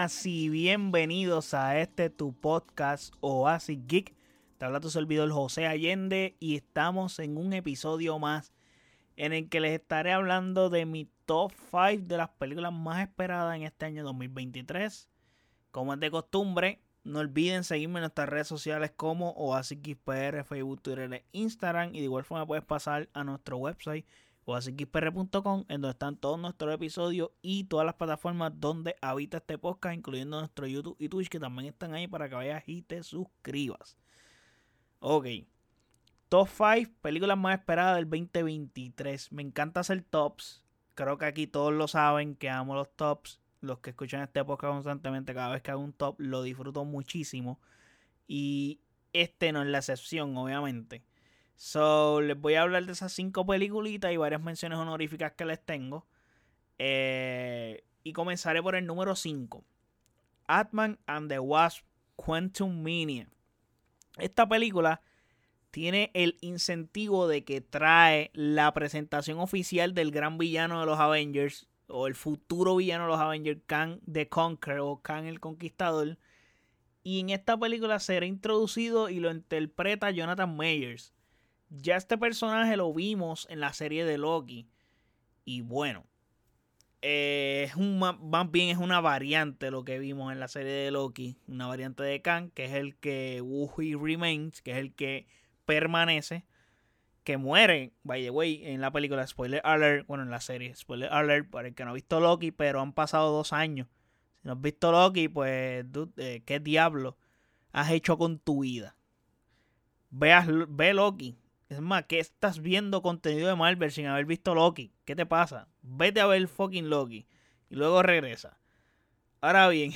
Buenas y bienvenidos a tu podcast Oasis Geek. Te habla tu servidor José Allende y estamos en un episodio más en el que les estaré hablando de mi top 5 de las películas más esperadas en este año 2023. Como es de costumbre, no olviden seguirme en nuestras redes sociales como Oasis Geek PR, Facebook, Twitter e Instagram. Y de igual forma puedes pasar a nuestro website oasisgeekpr.com, en donde están todos nuestros episodios y todas las plataformas donde habita este podcast, incluyendo nuestro YouTube y Twitch, que también están ahí para que vayas y te suscribas. Ok, top 5 películas más esperadas del 2023. Me encanta hacer tops. Creo que aquí todos lo saben, que amo los tops. Los que escuchan este podcast constantemente, cada vez que hago un top lo disfruto muchísimo. Y este no es la excepción, obviamente. So, les voy a hablar de esas 5 peliculitas y varias menciones honoríficas que les tengo. Y comenzaré por el número 5. Ant-Man and the Wasp: Quantumania. Esta película tiene el incentivo de que trae la presentación oficial del gran villano de los Avengers, o el futuro villano de los Avengers, Kang the Conqueror, o Kang el Conquistador. Y en esta película será introducido y lo interpreta Jonathan Majors. Ya este personaje lo vimos en la serie de Loki. Y bueno, más bien es una variante de lo que vimos en la serie de Loki. Una variante de Kang, que es el que Who Remains, que es el que permanece, que muere, by the way, en la película. Spoiler alert, bueno, en la serie, spoiler alert para el que no ha visto Loki, pero han pasado 2 años. Si no has visto Loki, pues, dude, ¿qué diablo has hecho con tu vida? Ve Loki. Es más, ¿qué estás viendo contenido de Marvel sin haber visto Loki? ¿Qué te pasa? Vete a ver fucking Loki y luego regresa. Ahora bien,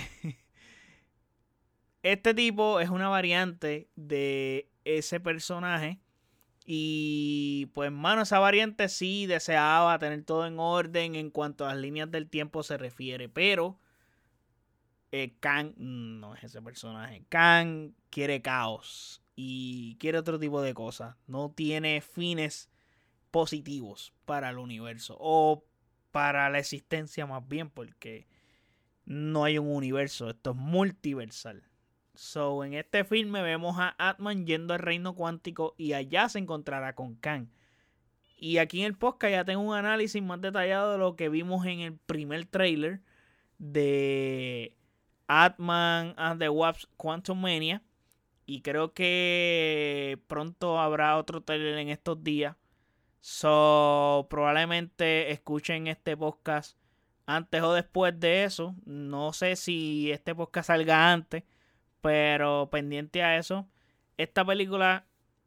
este tipo es una variante de ese personaje. Y pues, mano, esa variante sí deseaba tener todo en orden en cuanto a las líneas del tiempo se refiere. Pero Kang no es ese personaje. Kang quiere caos y quiere otro tipo de cosas. No tiene fines positivos para el universo o para la existencia, más bien, porque no hay un universo. Esto es multiversal. So, en este filme vemos a Ant-Man yendo al reino cuántico y allá se encontrará con Kang. Y aquí en el podcast ya tengo un análisis más detallado de lo que vimos en el primer trailer de Ant-Man and the Wasp: Quantumania. Y creo que pronto habrá otro trailer en estos días. So, probablemente escuchen este podcast antes o después de eso. No sé si este podcast salga antes, pero pendiente a eso. Esta película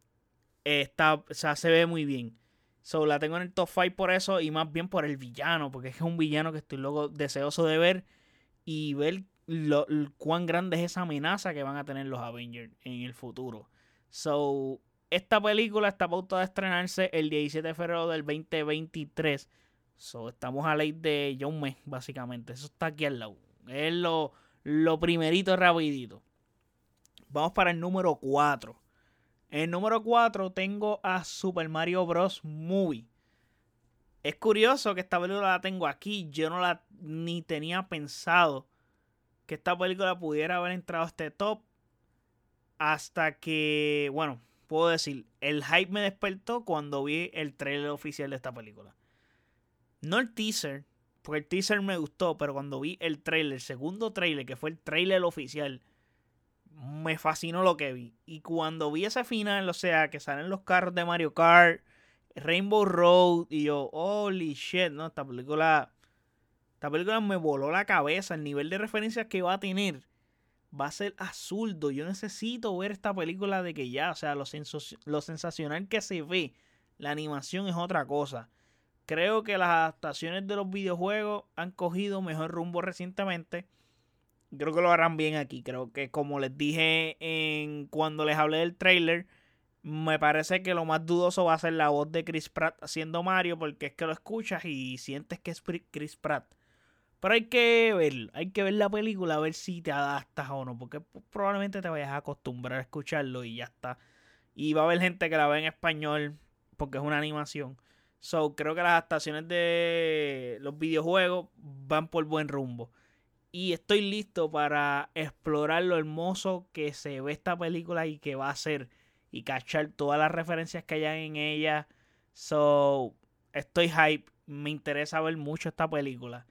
se ve muy bien. So, la tengo en el top 5 por eso, y más bien por el villano, porque es un villano que estoy luego deseoso de ver y ver cuán grande es esa amenaza que van a tener los Avengers en el futuro. So, esta película está pautada a estrenarse el 17 de febrero del 2023. So, estamos a ley de ya un mes, básicamente. Eso está aquí al lado. Es lo primerito rapidito. Vamos para el número 4. En el número 4 tengo a Super Mario Bros. Movie. Es curioso que esta película la tengo aquí. Yo ni tenía pensado que esta película pudiera haber entrado a este top. Hasta que, bueno, puedo decir, el hype me despertó cuando vi el trailer oficial de esta película. No el teaser, porque el teaser me gustó, pero cuando vi el trailer, el segundo trailer, que fue el trailer oficial, me fascinó lo que vi. Y cuando vi ese final, o sea, que salen los carros de Mario Kart, Rainbow Road, y yo, holy shit, ¿no? Esta película me voló la cabeza. El nivel de referencias que va a tener va a ser absurdo. Yo necesito ver esta película de que ya, o sea, lo sensacional que se ve. La animación es otra cosa. Creo que las adaptaciones de los videojuegos han cogido mejor rumbo recientemente. Creo que lo harán bien aquí. Creo que, como les dije cuando les hablé del trailer, me parece que lo más dudoso va a ser la voz de Chris Pratt haciendo Mario, porque es que lo escuchas y sientes que es Chris Pratt. Pero hay que ver la película a ver si te adaptas o no, porque probablemente te vayas a acostumbrar a escucharlo y ya está. Y va a haber gente que la ve en español porque es una animación. So, creo que las adaptaciones de los videojuegos van por buen rumbo. Y estoy listo para explorar lo hermoso que se ve esta película y que va a ser. Y cachar todas las referencias que hayan en ella. So, estoy hype. Me interesa ver mucho esta película.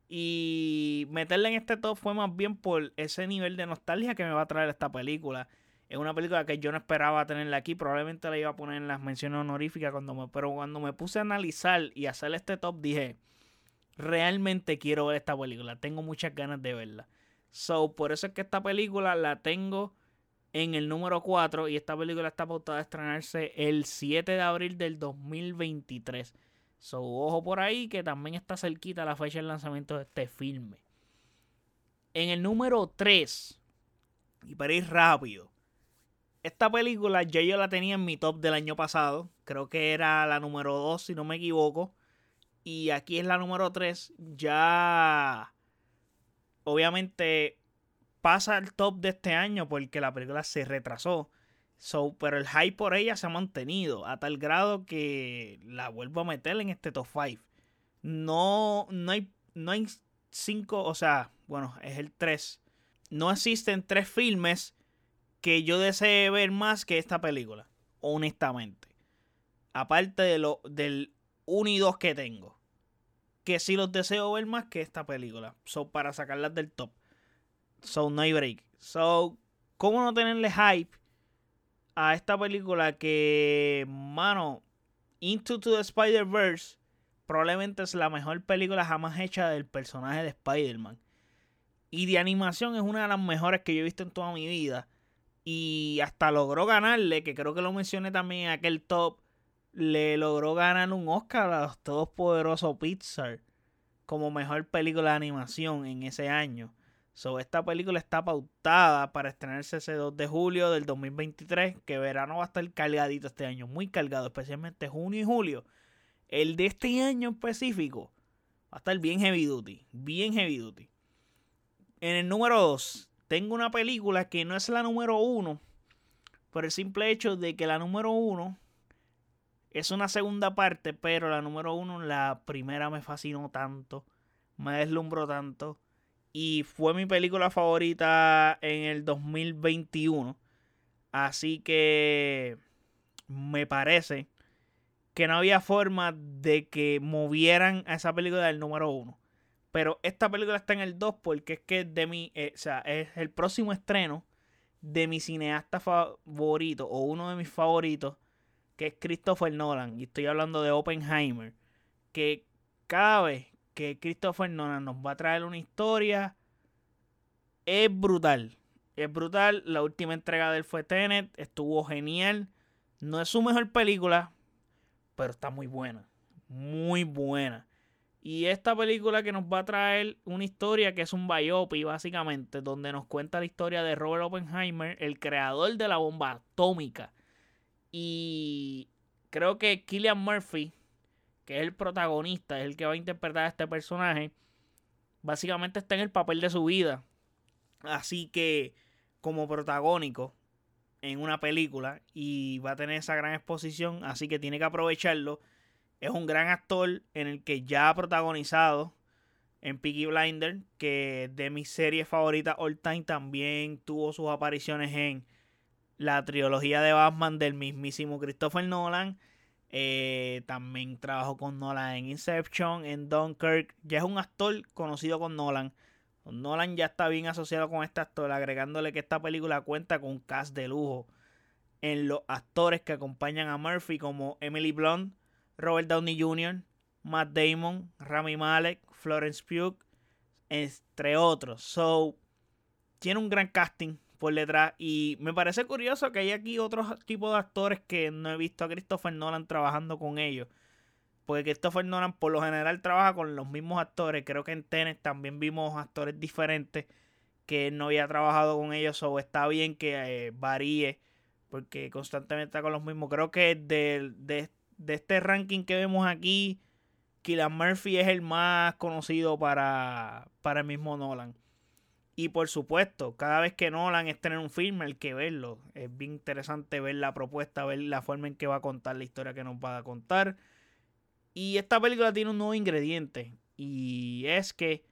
Y meterla en este top fue más bien por ese nivel de nostalgia que me va a traer esta película. Es una película que yo no esperaba tenerla aquí. Probablemente la iba a poner en las menciones honoríficas. Pero cuando me puse a analizar y hacer este top, dije, realmente quiero ver esta película. Tengo muchas ganas de verla. So, por eso es que esta película la tengo en el número 4. Y esta película está pautada a estrenarse el 7 de abril del 2023. So, ojo por ahí que también está cerquita la fecha de lanzamiento de este filme. En el número 3, y para ir rápido, esta película ya yo la tenía en mi top del año pasado. Creo que era la número 2, si no me equivoco. Y aquí es la número 3. Ya, obviamente, pasa al top de este año porque la película se retrasó. So, pero el hype por ella se ha mantenido a tal grado que la vuelvo a meter en este top 5. No hay 5, o sea, bueno, es el 3. No existen 3 filmes que yo desee ver más que esta película, honestamente. Aparte del 1 y 2 que tengo, que sí los deseo ver más que esta película. So, para sacarlas del top. So, no hay break. So, ¿cómo no tenerle hype a esta película que, mano, Into the Spider-Verse probablemente es la mejor película jamás hecha del personaje de Spider-Man? Y de animación es una de las mejores que yo he visto en toda mi vida. Y hasta logró ganarle, que creo que lo mencioné también en aquel top, le logró ganar un Oscar a los todopoderosos Pixar como mejor película de animación en ese año. So, esta película está pautada para estrenarse ese 2 de julio del 2023, que verano va a estar cargadito este año, muy cargado, especialmente junio y julio. El de este año en específico va a estar bien heavy duty, bien heavy duty. En el número 2, tengo una película que no es la número 1, por el simple hecho de que la número 1 es una segunda parte, pero la número 1, la primera me fascinó tanto, me deslumbró tanto. Y fue mi película favorita en el 2021. Así que me parece que no había forma de que movieran a esa película del número 1. Pero esta película está en el 2 porque es que es el próximo estreno de mi cineasta favorito, o uno de mis favoritos, que es Christopher Nolan. Y estoy hablando de Oppenheimer. Que cada vez que Christopher Nolan nos va a traer una historia, es brutal. Es brutal. La última entrega de él fue Tenet. Estuvo genial. No es su mejor película, pero está muy buena. Muy buena. Y esta película que nos va a traer una historia que es un biopic, básicamente, donde nos cuenta la historia de Robert Oppenheimer, el creador de la bomba atómica. Y creo que Cillian Murphy, que es el protagonista, es el que va a interpretar a este personaje, básicamente está en el papel de su vida. Así que, como protagónico en una película, y va a tener esa gran exposición, así que tiene que aprovecharlo. Es un gran actor en el que ya ha protagonizado en Peaky Blinders, que de mis series favoritas all time, también tuvo sus apariciones en la trilogía de Batman del mismísimo Christopher Nolan. También trabajó con Nolan en Inception, en Dunkirk. Ya es un actor conocido con Nolan. Nolan ya está bien asociado con este actor, agregándole que esta película cuenta con un cast de lujo en los actores que acompañan a Murphy, como Emily Blunt, Robert Downey Jr., Matt Damon, Rami Malek, Florence Pugh, entre otros. So, tiene un gran casting por detrás. Y me parece curioso que hay aquí otros tipos de actores que no he visto a Christopher Nolan trabajando con ellos. Porque Christopher Nolan por lo general trabaja con los mismos actores. Creo que en Tenet también vimos actores diferentes que él no había trabajado con ellos. O está bien que varíe, porque constantemente está con los mismos. Creo que de este ranking que vemos aquí, Cillian Murphy es el más conocido para el mismo Nolan. Y por supuesto, cada vez que Nolan estrena un filme, hay que verlo. Es bien interesante ver la propuesta, ver la forma en que va a contar la historia que nos va a contar. Y esta película tiene un nuevo ingrediente. Y es que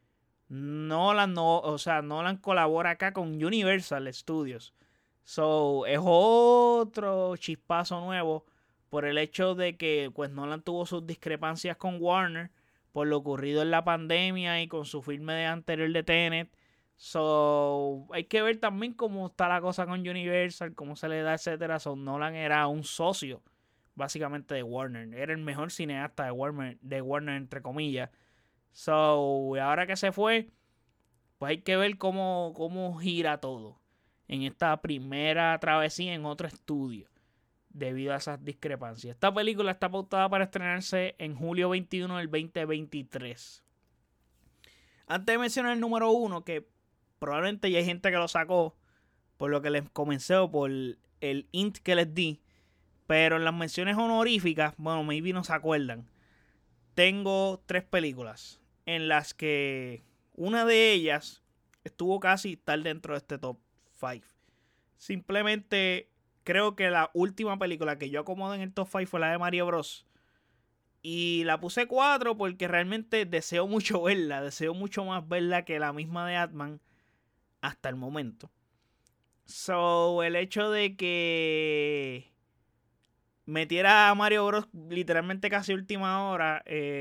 Nolan colabora acá con Universal Studios. So, es otro chispazo nuevo por el hecho de que pues Nolan tuvo sus discrepancias con Warner por lo ocurrido en la pandemia y con su filme de anterior de Tenet. So, hay que ver también cómo está la cosa con Universal, cómo se le da, etcétera. So, Nolan era un socio, básicamente, de Warner. Era el mejor cineasta de Warner entre comillas. So, ahora que se fue, pues hay que ver cómo gira todo en esta primera travesía en otro estudio debido a esas discrepancias. Esta película está pautada para estrenarse en julio 21 del 2023. Antes de mencionar el número 1, que probablemente ya hay gente que lo sacó por lo que les comencé o por el int que les di, pero en las menciones honoríficas, bueno, maybe no se acuerdan, tengo 3 películas en las que una de ellas estuvo casi estar dentro de este top 5. Simplemente creo que la última película que yo acomodé en el top 5 fue la de Mario Bros. Y la puse 4 porque realmente deseo mucho verla. Deseo mucho más verla que la misma de Ant-Man hasta el momento. So, el hecho de que metiera a Mario Bros. Literalmente casi última hora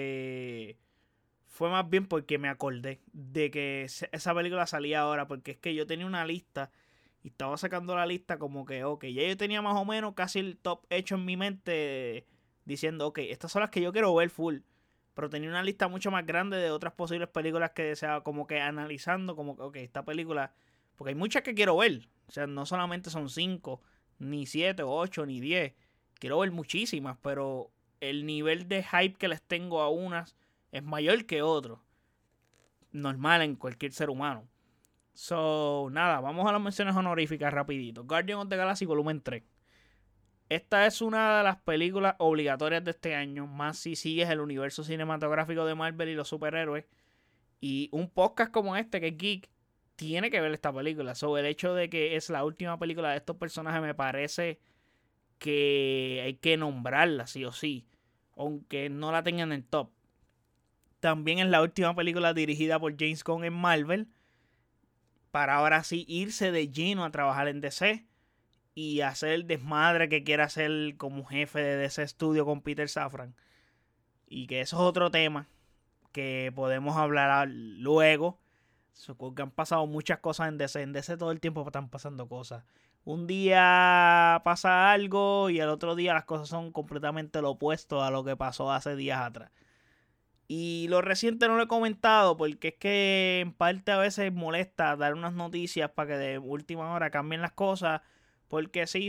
fue más bien porque me acordé de que esa película salía ahora. Porque es que yo tenía una lista y estaba sacando la lista como que, ok, ya yo tenía más o menos casi el top hecho en mi mente diciendo, ok, estas son las que yo quiero ver full. Pero tenía una lista mucho más grande de otras posibles películas que deseaba, como que analizando, como que, ok, esta película, porque hay muchas que quiero ver. O sea, no solamente son 5, ni 7, 8, ni 10. Quiero ver muchísimas, pero el nivel de hype que les tengo a unas es mayor que otros. Normal en cualquier ser humano. So, nada, vamos a las menciones honoríficas rapidito. Guardian of the Galaxy Volumen 3. Esta es una de las películas obligatorias de este año, más si sigues el universo cinematográfico de Marvel y los superhéroes. Y un podcast como este, que es Geek, tiene que ver esta película. Sobre el hecho de que es la última película de estos personajes, me parece que hay que nombrarla, sí o sí. Aunque no la tengan en el top. También es la última película dirigida por James Gunn en Marvel. Para ahora sí irse de lleno a trabajar en DC. Y hacer el desmadre que quiere hacer como jefe de DC Studio con Peter Safran. Y que eso es otro tema que podemos hablar luego. Que han pasado muchas cosas en DC. En DC todo el tiempo están pasando cosas. Un día pasa algo y el otro día las cosas son completamente lo opuesto a lo que pasó hace días atrás. Y lo reciente no lo he comentado porque es que en parte a veces molesta dar unas noticias para que de última hora cambien las cosas. Porque sí,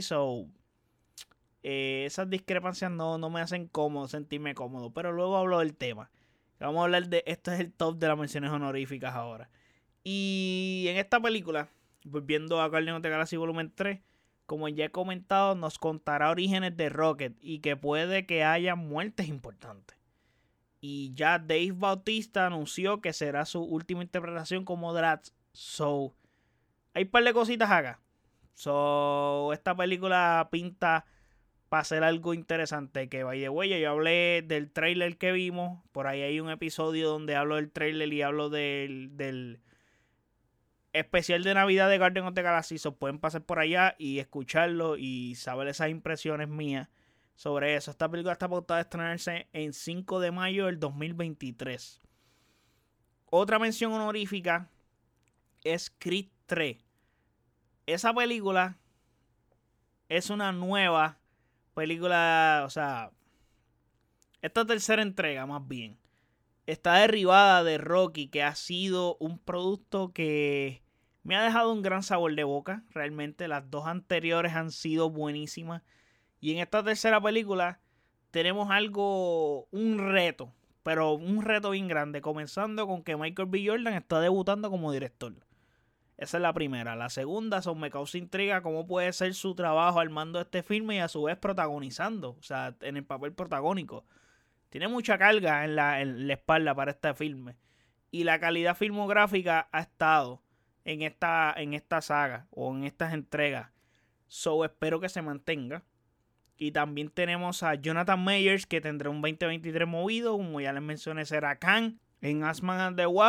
esas discrepancias no me hacen cómodo, sentirme cómodo. Pero luego hablo del tema. Vamos a hablar de, esto es el top de las menciones honoríficas ahora. Y en esta película, volviendo a Guardians of the Galaxy Volumen 3, como ya he comentado, nos contará orígenes de Rocket y que puede que haya muertes importantes. Y ya Dave Bautista anunció que será su última interpretación como Drax. So, hay un par de cositas acá. So, esta película pinta para ser algo interesante. Que by the way, yo hablé del trailer que vimos. Por ahí hay un episodio donde hablo del trailer y hablo del especial de Navidad de Guardians of the Galaxy. So, pueden pasar por allá y escucharlo y saber esas impresiones mías sobre eso. Esta película está pautada a estrenarse en 5 de mayo del 2023. Otra mención honorífica es Creed 3. Esa película es una nueva película, o sea, esta tercera entrega más bien, está derivada de Rocky, que ha sido un producto que me ha dejado un gran sabor de boca. Realmente las dos anteriores han sido buenísimas. Y en esta tercera película tenemos un reto, pero un reto bien grande, comenzando con que Michael B. Jordan está debutando como director. Esa es la primera. La segunda, me causa intriga cómo puede ser su trabajo al mando de este filme y a su vez protagonizando, o sea, en el papel protagónico. Tiene mucha carga en la espalda para este filme. Y la calidad filmográfica ha estado en esta saga o en estas entregas. So, espero que se mantenga. Y también tenemos a Jonathan Majors, que tendrá un 2023 movido. Como ya les mencioné, será Khan en Ant-Man and the Wasp.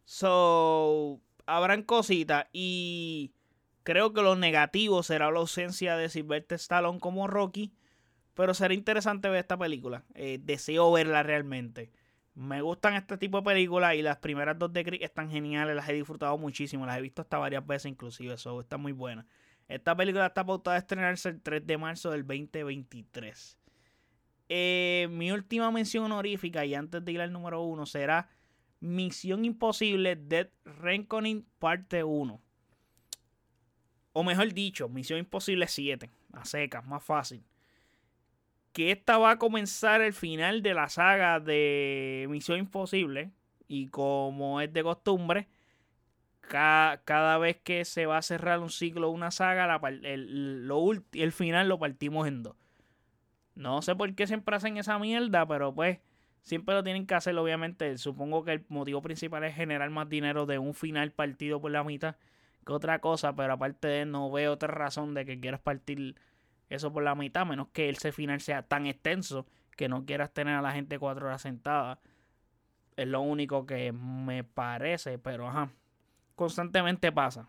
So, habrán cositas y creo que lo negativo será la ausencia de Sylvester Stallone como Rocky, pero será interesante ver esta película. Deseo verla realmente. Me gustan este tipo de películas y las primeras dos de Creed están geniales, las he disfrutado muchísimo, las he visto hasta varias veces inclusive, eso está muy buena. Esta película está pautada a estrenarse el 3 de marzo del 2023. Mi última mención honorífica, y antes de ir al número 1, será Misión Imposible Dead Reckoning parte 1. O mejor dicho, Misión Imposible 7, a secas, más fácil. Que esta va a comenzar el final de la saga de Misión Imposible. Y como es de costumbre, cada vez que se va a cerrar un ciclo, una saga, el final lo partimos en dos. No sé por qué siempre hacen esa mierda, pero pues siempre lo tienen que hacer, obviamente. Supongo que el motivo principal es generar más dinero de un final partido por la mitad que otra cosa, pero aparte de no veo otra razón de que quieras partir eso por la mitad, menos que ese final sea tan extenso que no quieras tener a la gente 4 horas sentada. Es lo único que me parece, pero ajá, constantemente pasa.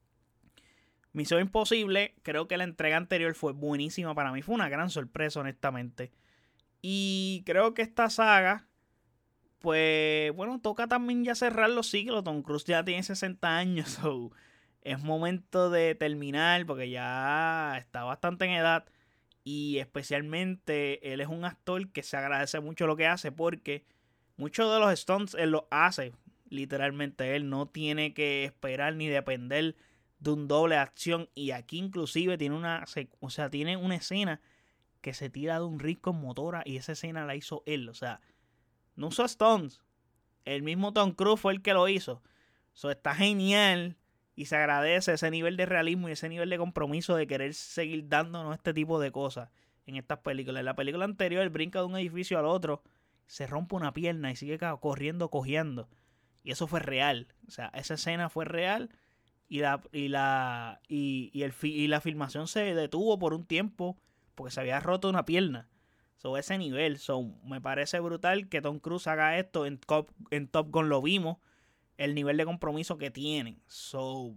Misión Imposible, creo que la entrega anterior fue buenísima para mí, fue una gran sorpresa honestamente. Y creo que esta saga, pues bueno, toca también ya cerrar los ciclos. Tom Cruise ya tiene 60 años, so es momento de terminar porque ya está bastante en edad. Y especialmente él es un actor que se agradece mucho lo que hace porque muchos de los stunts él los hace. Literalmente él no tiene que esperar ni depender de un doble de acción. Y aquí inclusive tiene tiene una escena que se tira de un rig con motora y esa escena la hizo él. O sea, no usó stunts. El mismo Tom Cruise fue el que lo hizo. So, está genial y se agradece ese nivel de realismo y ese nivel de compromiso de querer seguir dándonos este tipo de cosas en estas películas. En la película anterior, él brinca de un edificio al otro, se rompe una pierna y sigue corriendo, cojeando. Y eso fue real. O sea, esa escena fue real y la filmación se detuvo por un tiempo porque se había roto una pierna. So, ese nivel. So, me parece brutal que Tom Cruise haga esto. En Top Gun lo vimos. El nivel de compromiso que tienen. So,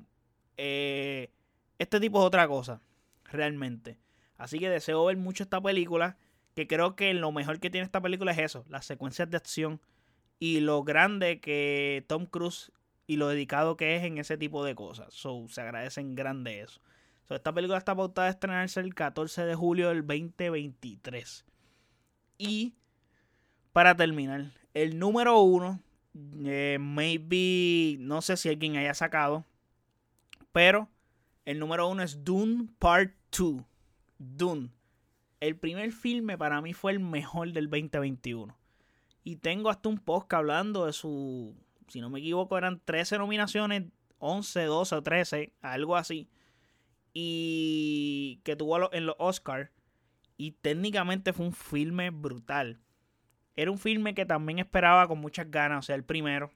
este tipo es otra cosa. Realmente. Así que deseo ver mucho esta película. Que creo que lo mejor que tiene esta película es eso. Las secuencias de acción. Y lo grande que Tom Cruise y lo dedicado que es en ese tipo de cosas. So, se agradecen grande eso. So, esta película está pautada a estrenarse el 14 de julio del 2023. Y para terminar, el número 1, maybe, no sé si alguien haya sacado, pero el número 1 es Dune Part 2. Dune. El primer filme para mí fue el mejor del 2021. Y tengo hasta un podcast hablando de su, si no me equivoco, eran 13 nominaciones, 11, 12 o 13, algo así. Y que tuvo en los Oscars. Y técnicamente fue un filme brutal. Era un filme que también esperaba con muchas ganas, o sea, el primero.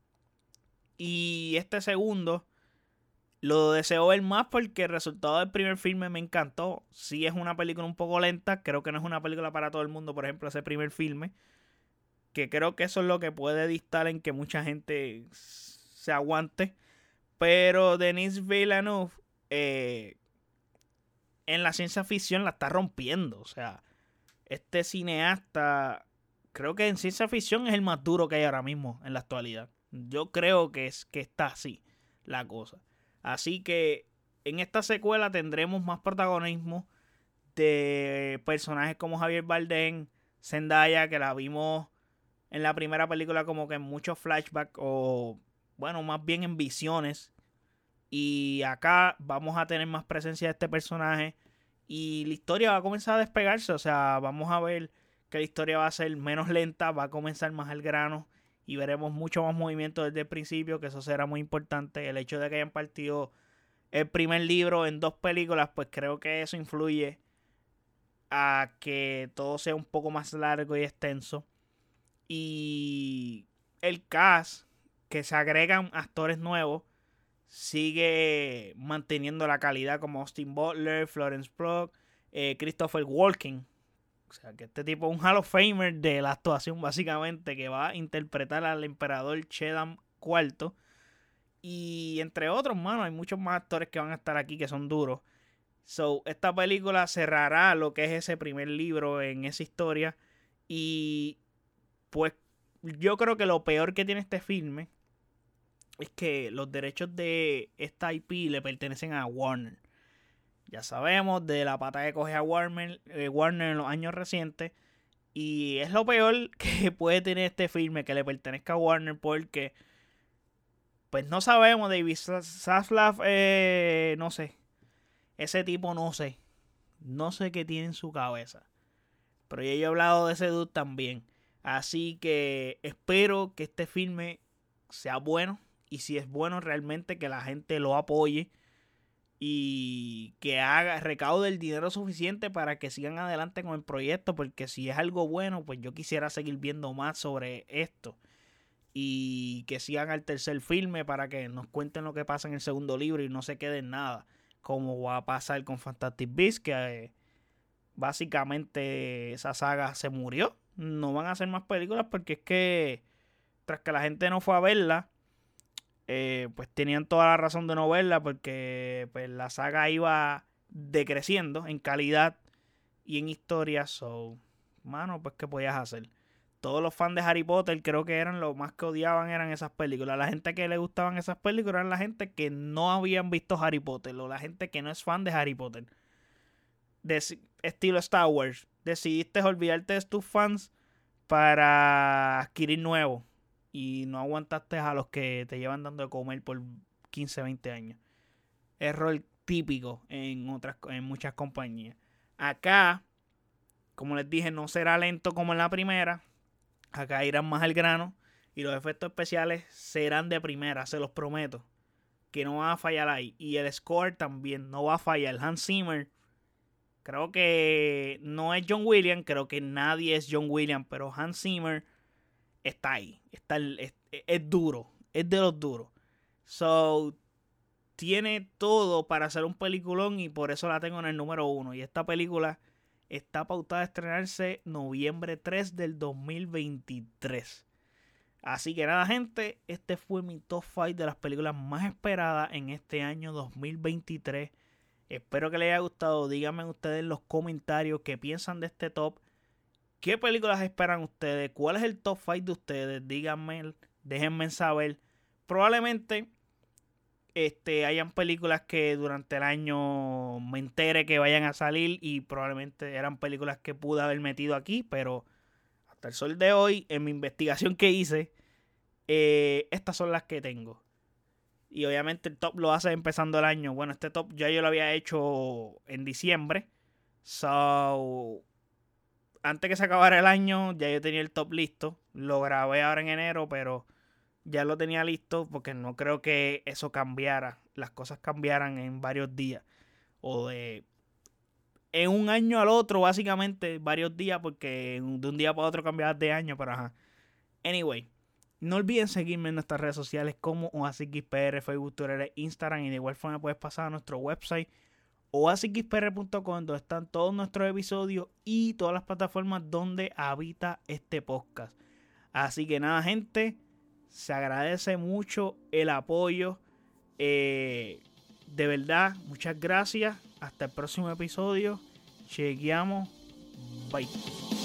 Y este segundo lo deseo ver más porque el resultado del primer filme me encantó. Sí es una película un poco lenta, creo que no es una película para todo el mundo, por ejemplo, ese primer filme. Que creo que eso es lo que puede dictar en que mucha gente se aguante. Pero Denis Villeneuve en la ciencia ficción la está rompiendo. O sea, este cineasta, creo que en ciencia ficción es el más duro que hay ahora mismo en la actualidad. Yo creo que está así la cosa. Así que en esta secuela tendremos más protagonismo de personajes como Javier Bardem, Zendaya, que la vimos en la primera película como que en muchos flashbacks o, bueno, más bien en visiones. Y acá vamos a tener más presencia de este personaje y la historia va a comenzar a despegarse. O sea, vamos a ver que la historia va a ser menos lenta, va a comenzar más al grano y veremos mucho más movimiento desde el principio, que eso será muy importante. El hecho de que hayan partido el primer libro en 2 películas, pues creo que eso influye a que todo sea un poco más largo y extenso. Y el cast, que se agregan actores nuevos, sigue manteniendo la calidad, como Austin Butler, Florence Pugh, Christopher Walken. O sea, que este tipo es un Hall of Famer de la actuación, básicamente, que va a interpretar al emperador cuartos. Y entre otros, mano, hay muchos más actores que van a estar aquí que son duros. So, esta película cerrará lo que es ese primer libro en esa historia. Y pues yo creo que lo peor que tiene este filme es que los derechos de esta IP le pertenecen a Warner. Ya sabemos de la pata que coge a Warner en los años recientes. Y es lo peor que puede tener este filme, que le pertenezca a Warner, porque pues no sabemos. David Zaslav, no sé. Ese tipo no sé. No sé qué tiene en su cabeza. Pero ya yo he hablado de ese dude también. Así que espero que este filme sea bueno. Y si es bueno, realmente que la gente lo apoye. Y que recaude el dinero suficiente para que sigan adelante con el proyecto. Porque si es algo bueno, pues yo quisiera seguir viendo más sobre esto. Y que sigan al tercer filme para que nos cuenten lo que pasa en el segundo libro y no se quede en nada. Como va a pasar con Fantastic Beasts, que básicamente esa saga se murió. No van a hacer más películas porque es que tras que la gente no fue a verla, pues tenían toda la razón de no verla porque pues la saga iba decreciendo en calidad y en historia. So, mano, pues ¿qué podías hacer? Todos los fans de Harry Potter creo que eran los más que odiaban eran esas películas. La gente que le gustaban esas películas eran la gente que no habían visto Harry Potter o la gente que no es fan de Harry Potter. Estilo Star Wars. Decidiste olvidarte de tus fans para adquirir nuevos y no aguantaste a los que te llevan dando de comer por 15, 20 años. Error típico en muchas compañías. Acá, como les dije, no será lento como en la primera. Acá irán más al grano y los efectos especiales serán de primera, se los prometo. Que no va a fallar ahí. Y el score también no va a fallar. Hans Zimmer, creo que no es John Williams, creo que nadie es John Williams, pero Hans Zimmer está ahí. Es duro, es de los duros. So, tiene todo para hacer un peliculón y por eso la tengo en el número 1. Y esta película está pautada a estrenarse noviembre 3 del 2023. Así que nada, gente, este fue mi top 5 de las películas más esperadas en este año 2023. Espero que les haya gustado. Díganme ustedes en los comentarios qué piensan de este top. ¿Qué películas esperan ustedes? ¿Cuál es el top 5 de ustedes? Díganme, déjenme saber. Probablemente hayan películas que durante el año me entere que vayan a salir y probablemente eran películas que pude haber metido aquí, pero hasta el sol de hoy, en mi investigación que hice, estas son las que tengo. Y obviamente el top lo hace empezando el año. Bueno, este top ya yo lo había hecho en diciembre. So, antes que se acabara el año, ya yo tenía el top listo. Lo grabé ahora en enero, pero ya lo tenía listo porque no creo que eso cambiara. Las cosas cambiaran en varios días. O en un año al otro, básicamente, varios días, porque de un día para otro cambiabas de año, pero ajá. Anyway, no olviden seguirme en nuestras redes sociales como OasisXPR, Facebook, Twitter, Instagram. Y de igual forma puedes pasar a nuestro website oasisxpr.com, donde están todos nuestros episodios y todas las plataformas donde habita este podcast. Así que nada, gente, se agradece mucho el apoyo. De verdad, muchas gracias. Hasta el próximo episodio. Chequeamos. Bye.